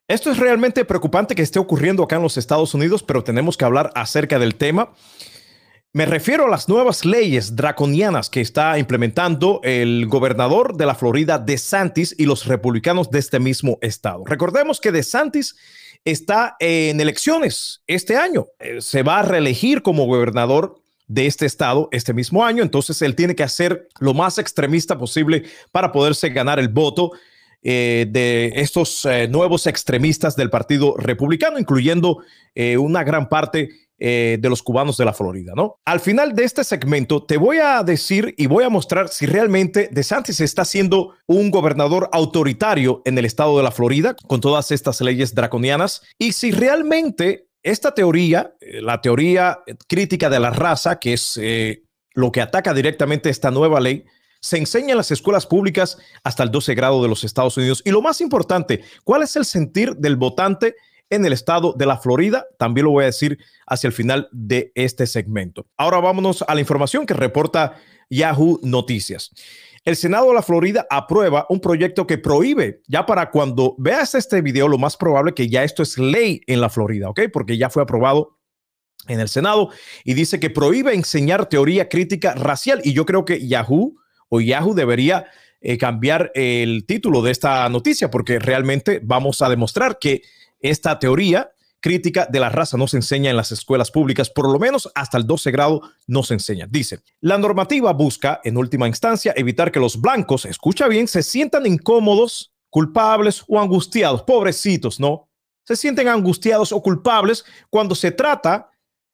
Esto es realmente preocupante que esté ocurriendo acá en los Estados Unidos, pero tenemos que hablar acerca del tema. Me refiero a las nuevas leyes draconianas que está implementando el gobernador de la Florida, DeSantis, y los republicanos de este mismo estado. Recordemos que DeSantis está en elecciones este año. Se va a reelegir como gobernador de este estado este mismo año. Entonces él tiene que hacer lo más extremista posible para poderse ganar el voto de estos nuevos extremistas del Partido Republicano, incluyendo una gran parte de los cubanos de la Florida, ¿no? Al final de este segmento te voy a decir y voy a mostrar si realmente DeSantis está siendo un gobernador autoritario en el estado de la Florida con todas estas leyes draconianas y si realmente esta teoría, la teoría crítica de la raza, que es lo que ataca directamente esta nueva ley, se enseña en las escuelas públicas hasta el 12 grado de los Estados Unidos. Y lo más importante, ¿cuál es el sentir del votante en el estado de la Florida? También lo voy a decir hacia el final de este segmento. Ahora vámonos a la información que reporta Yahoo Noticias. El Senado de la Florida aprueba un proyecto que prohíbe, ya para cuando veas este video, lo más probable que ya esto es ley en la Florida, ¿ok? Porque ya fue aprobado en el Senado y dice que prohíbe enseñar teoría crítica racial. Y yo creo que Yahoo debería cambiar el título de esta noticia porque realmente vamos a demostrar que esta teoría crítica de la raza no se enseña en las escuelas públicas, por lo menos hasta el 12 grado no se enseña. Dice, la normativa busca en última instancia evitar que los blancos, escucha bien, se sientan incómodos, culpables o angustiados, pobrecitos, ¿no? Se sienten angustiados o culpables cuando se trata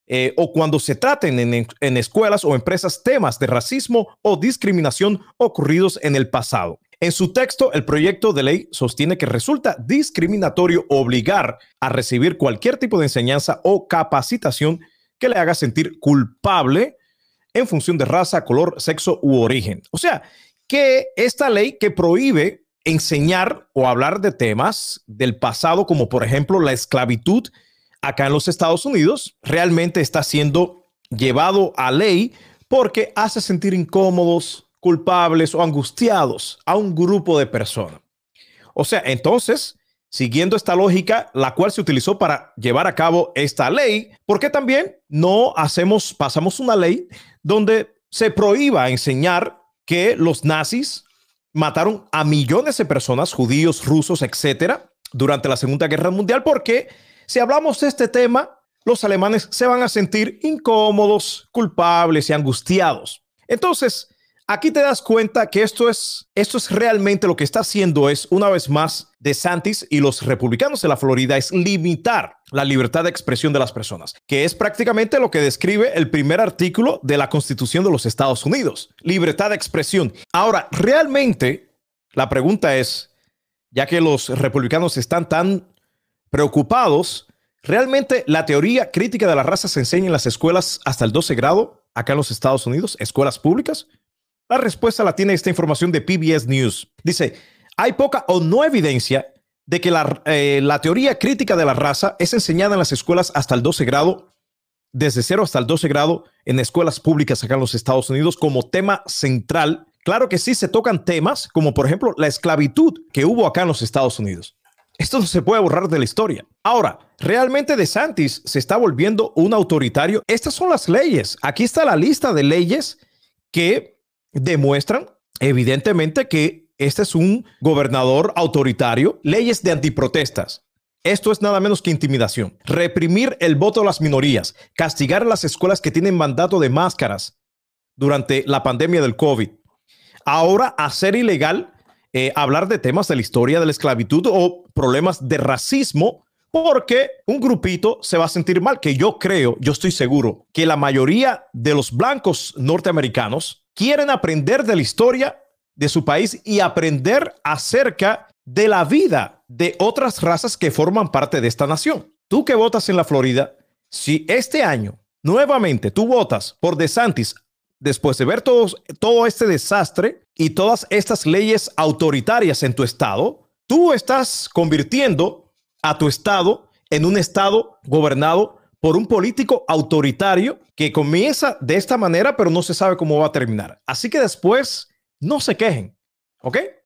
o cuando se traten en escuelas o empresas temas de racismo o discriminación ocurridos en el pasado. En su texto, el proyecto de ley sostiene que resulta discriminatorio obligar a recibir cualquier tipo de enseñanza o capacitación que le haga sentir culpable en función de raza, color, sexo u origen. O sea, que esta ley que prohíbe enseñar o hablar de temas del pasado, como por ejemplo la esclavitud, acá en los Estados Unidos realmente está siendo llevado a ley porque hace sentir incómodos, culpables o angustiados a un grupo de personas. O sea, entonces, siguiendo esta lógica, la cual se utilizó para llevar a cabo esta ley, ¿por qué también no pasamos una ley donde se prohíba enseñar que los nazis mataron a millones de personas, judíos, rusos, etcétera, durante la Segunda Guerra Mundial? Porque si hablamos de este tema, los alemanes se van a sentir incómodos, culpables y angustiados. Entonces, aquí te das cuenta que esto es realmente lo que está haciendo es, una vez más, DeSantis y los republicanos de la Florida es limitar la libertad de expresión de las personas, que es prácticamente lo que describe el primer artículo de la Constitución de los Estados Unidos, libertad de expresión. Ahora, realmente, la pregunta es, ya que los republicanos están tan preocupados, ¿realmente la teoría crítica de la raza se enseña en las escuelas hasta el 12 grado acá en los Estados Unidos, escuelas públicas? La respuesta la tiene esta información de PBS News. Dice, hay poca o no evidencia de que la teoría crítica de la raza es enseñada en las escuelas hasta el 12 grado, desde 0 hasta el 12 grado en escuelas públicas acá en los Estados Unidos como tema central. Claro que sí se tocan temas como por ejemplo la esclavitud que hubo acá en los Estados Unidos. Esto no se puede borrar de la historia. Ahora, ¿realmente DeSantis se está volviendo un autoritario? Estas son las leyes. Aquí está la lista de leyes que demuestran evidentemente que este es un gobernador autoritario. Leyes de antiprotestas. Esto es nada menos que intimidación. Reprimir el voto de las minorías. Castigar a las escuelas que tienen mandato de máscaras durante la pandemia del COVID. Ahora hacer ilegal hablar de temas de la historia de la esclavitud o problemas de racismo porque un grupito se va a sentir mal, que yo estoy seguro que la mayoría de los blancos norteamericanos quieren aprender de la historia de su país y aprender acerca de la vida de otras razas que forman parte de esta nación. Tú que votas en la Florida, si este año nuevamente tú votas por DeSantis, después de ver todo este desastre y todas estas leyes autoritarias en tu estado, tú estás convirtiendo a tu estado en un estado gobernado por un político autoritario que comienza de esta manera, pero no se sabe cómo va a terminar. Así que después no se quejen, ¿ok?